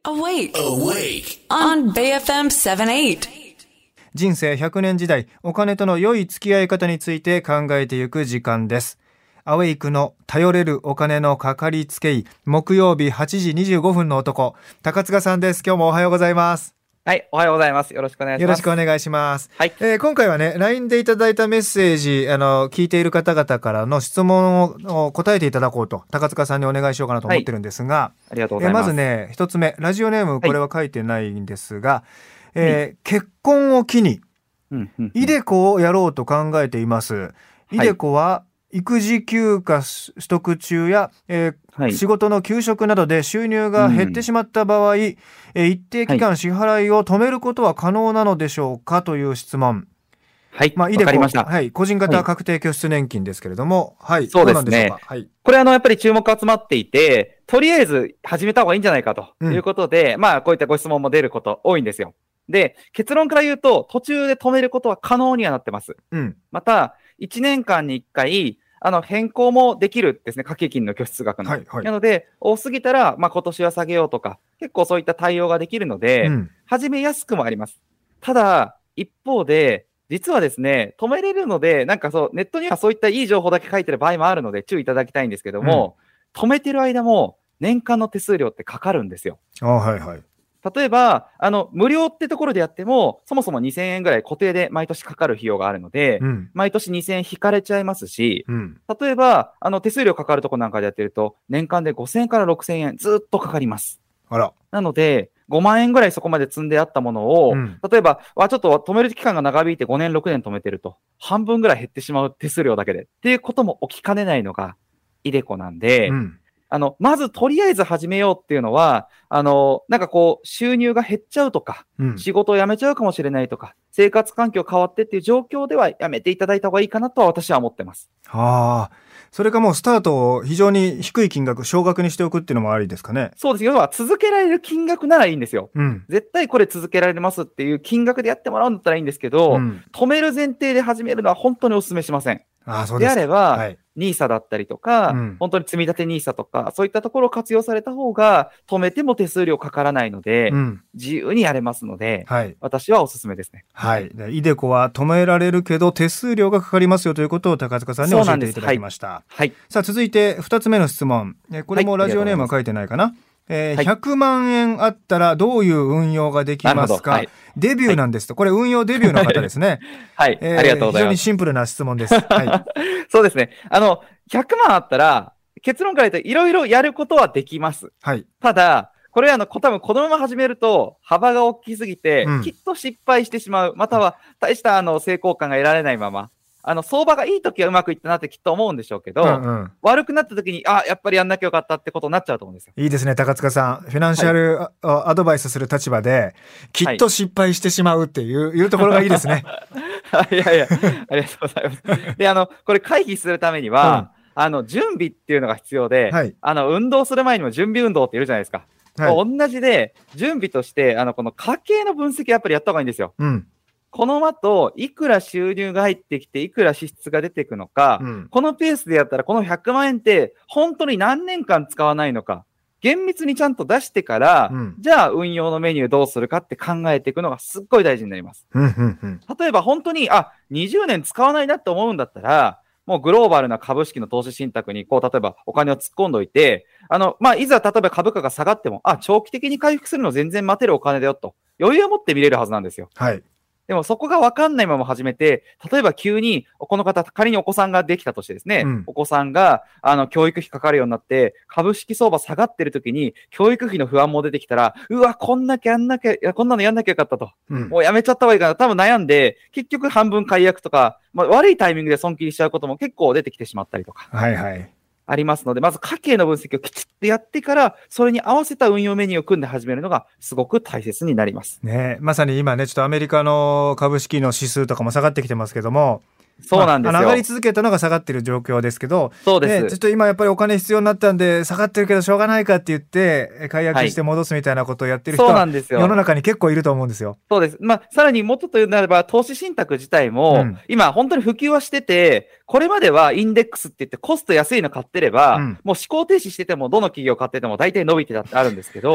Awake. Awake. On BFM 78. 人生100年時代、お金との良い付き合い方について考えていく時間です。アウェイクの頼れるお金のかかりつけ医、木曜日8時25分の男、高塚さんです。今日もおはようございます。 はい、おはようございます。よろしくお願いします。 よろしくお願いします。 はい。 今回はね、LINE でいただいたメッセージ、聞いている方々からの質問を答えていただこうと、高塚さんにお願いしようかなと思ってるんですが、 ありがとうございます。 まずね、一つ目、ラジオネーム、これは書いてないんですが、結婚を機に、イデコをやろうと考えています。イデコは育児休暇取得中や、仕事の休職などで収入が減ってしまった場合、一定期間支払いを止めることは可能なのでしょうかという質問。 はい、わかりました。 はい、個人型確定拠出年金ですけれども、はい、 そうですね。 はい、 これやっぱり注目集まっていて、とりあえず始めた方がいいんじゃないかということで、こういったご質問も出ること多いんですよ。で、結論から言うと、途中で止めることは可能にはなってます。また、1年間に1回、変更もできるですね、掛け金の拠出額の。なので、多すぎたら、今年は下げようとか、結構そういった対応ができるので、始めやすくもあります。ただ、一方で、実はですね、止めれるので、ネットにはそういったいい情報だけ書いてる場合もあるので、注意いただきたいんですけども、止めてる間も、年間の手数料ってかかるんですよ。例えば、無料ってところでやっても、そもそも2000円ぐらい固定で毎年かかる費用があるので、毎年2000円引かれちゃいますし、例えば、手数料かかるとこなんかでやってると、年間で5000円から6000円ずっとかかります。なので、5万円ぐらいそこまで積んであったものを、例えば、ちょっと止める期間が長引いて5年、6年止めてると、半分ぐらい減ってしまう手数料だけで、っていうことも起きかねないのが、イデコなんで、まずとりあえず始めようっていうのは、収入が減っちゃうとか、仕事を辞めちゃうかもしれないとか、生活環境変わってっていう状況ではやめていただいた方がいいかなとは私は思ってます。 それかもうスタートを非常に低い金額、少額にしておくっていうのもありですかね。 そうです。要は続けられる金額ならいいんですよ。絶対これ続けられますっていう金額でやってもらうんだったらいいんですけど、止める前提で始めるのは本当にお勧めしません。であれば、NISA だったりとか、本当に積み立て NISA とか、そういったところを活用された方が、止めても手数料かからないので、自由にやれますので、私はおすすめですね。 イデコは止められるけど、手数料がかかりますよということを高塚さんに教えていただきました。さあ、続いて2つ目の質問。これもラジオネームは書いてないかな。100万円あったらどういう運用ができますか？デビューなんですと。これ運用デビューの方ですね。 ありがとうございます。 非常にシンプルな質問です。 そうですね。100万あったら、結論から言うといろいろやることはできます。ただ、これ多分このまま始めると幅が大きすぎて、きっと失敗してしまう。または大した成功感が得られないまま。相場がいい時はうまくいったなってきっと思うんでしょうけど、悪くなった時に、やっぱりやんなきゃよかったってことになっちゃうと思うんですよ。 いいですね、高塚さん。フィナンシャル、アドバイスする立場で、きっと失敗してしまうっていうところがいいですね。 ありがとうございます。で、これ回避するためには、準備っていうのが必要で、運動する前にも準備運動っているじゃないですか。同じで、準備として、この家計の分析やっぱりやった方がいいんですよ。この後、いくら収入が入ってきて、いくら支出が出ていくのか、このペースでやったら、この100万円って、本当に何年間使わないのか、厳密にちゃんと出してから、じゃあ運用のメニューどうするかって考えていくのがすっごい大事になります。例えば本当に、20年使わないなって思うんだったら、もうグローバルな株式の投資信託に、例えばお金を突っ込んどいて、いざ例えば株価が下がっても、長期的に回復するの全然待てるお金だよと、余裕を持って見れるはずなんですよ。でもそこが分かんないまま始めて、例えば急に、この方、仮にお子さんができたとしてですね、お子さんが、教育費かかるようになって、株式相場下がってる時に、教育費の不安も出てきたら、こんなのやんなきゃよかったと。もうやめちゃった方がいいかな。多分悩んで、結局半分解約とか、悪いタイミングで損切りしちゃうことも結構出てきてしまったりとか。ありますので、まず家計の分析をきちっとやってから、それに合わせた運用メニューを組んで始めるのがすごく大切になります。 まさに今ね、ちょっとアメリカの株式の指数とかも下がってきてますけども、 そうなんですよ。 上がり続けたのが下がってる状況ですけど、 そうです。 ちょっと今やっぱりお金必要になったんで下がってるけどしょうがないかって言って解約して戻すみたいなことをやってる人は世の中に結構いると思うんですよ。 そうです。さらにもっと言うならば投資信託自体も、今本当に普及はしてて、これまではインデックスって言ってコスト安いの買ってれば、もう思考停止しててもどの企業買ってても大体伸びてたってあるんですけど、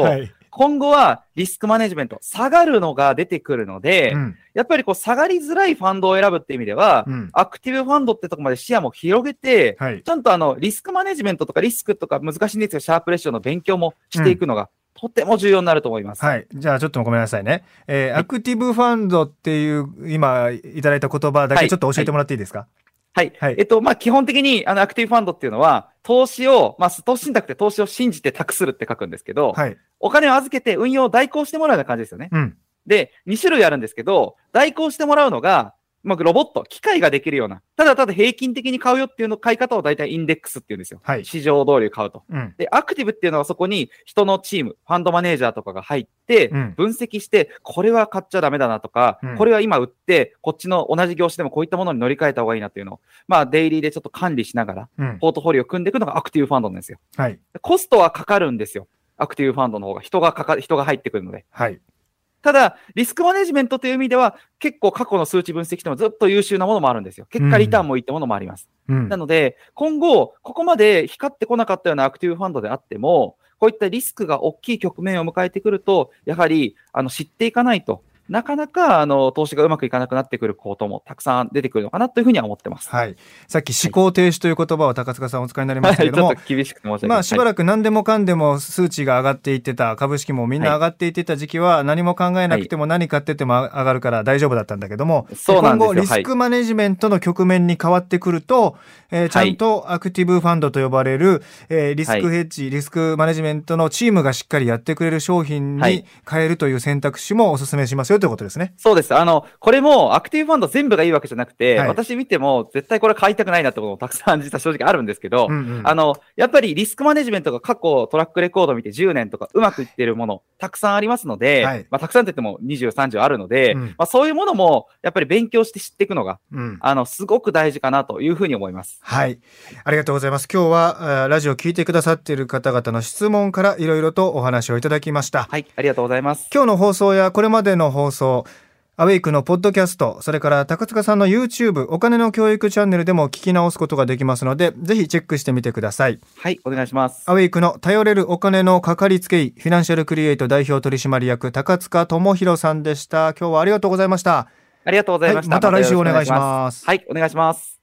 今後はリスクマネジメント、下がるのが出てくるので、やっぱりこう下がりづらいファンドを選ぶっていう意味では、アクティブファンドってとこまで視野も広げて、ちゃんとリスクマネジメントとかリスクとか難しいんですが、シャープレッションの勉強もしていくのが、とても重要になると思います。 はい。じゃあちょっとごめんなさいね。アクティブファンドっていう今いただいた言葉だけちょっと教えてもらっていいですか？ はい。基本的にアクティブファンドっていうのは、投資信託って投資を信じて託するって書くんですけど、お金を預けて運用を代行してもらうような感じですよね。で、2種類あるんですけど、代行してもらうのが、ロボット、機械ができるような、ただただ平均的に買うよっていうの買い方を大体インデックスっていうんですよ。市場通り買うと。で、アクティブっていうのはそこに人のチーム、ファンドマネージャーとかが入って、分析して、これは買っちゃダメだなとか、これは今売って、こっちの同じ業種でもこういったものに乗り換えた方がいいなっていうのを、デイリーでちょっと管理しながら、ポートフォリオを組んでいくのがアクティブファンドなんですよ。コストはかかるんですよ。アクティブファンドの方が人が入ってくるので。ただ、リスクマネジメントという意味では、結構過去の数値分析してもずっと優秀なものもあるんですよ。結果リターンもいいってものもあります。なので、今後、ここまで光ってこなかったようなアクティブファンドであっても、こういったリスクが大きい局面を迎えてくると、やはり、知っていかないと、なかなか投資がうまくいかなくなってくることもたくさん出てくるのかなというふうには思ってます。 さっき思考停止という言葉を高塚さんお使いになりましたけども、 ちょっと厳しくて申し訳ない。 しばらく何でもかんでも数値が上がっていってた、株式もみんな上がっていってた時期は、何も考えなくても何買ってても上がるから大丈夫だったんだけども、今後リスクマネジメントの局面に変わってくると、ちゃんとアクティブファンドと呼ばれる、リスクヘッジ、リスクマネジメントのチームがしっかりやってくれる商品に変えるという選択肢もお勧めしますよということですね。 そうです。これもアクティブファンド全部がいいわけじゃなくて、私見ても絶対これ買いたくないなってこともたくさん実は正直あるんですけど、やっぱりリスクマネジメントが過去トラックレコードを見て10年とかうまくいっているものたくさんありますので、たくさんって言っても20、30あるので、そういうものもやっぱり勉強して知っていくのが、すごく大事かなというふうに思います。 ありがとうございます。今日はラジオ聞いてくださっている方々の質問からいろいろとお話をいただきました。 ありがとうございます。 今日の放送やこれまでの放送、アウェイクのポッドキャスト、それから高塚さんの YouTube お金の教育チャンネルでも聞き直すことができますので、ぜひチェックしてみてください。 お願いします。 アウェイクの頼れるお金のかかりつけ医、フィナンシャルクリエイト代表取締役高塚智博さんでした。今日はありがとうございました。 ありがとうございました。 また来週お願いします。 お願いします。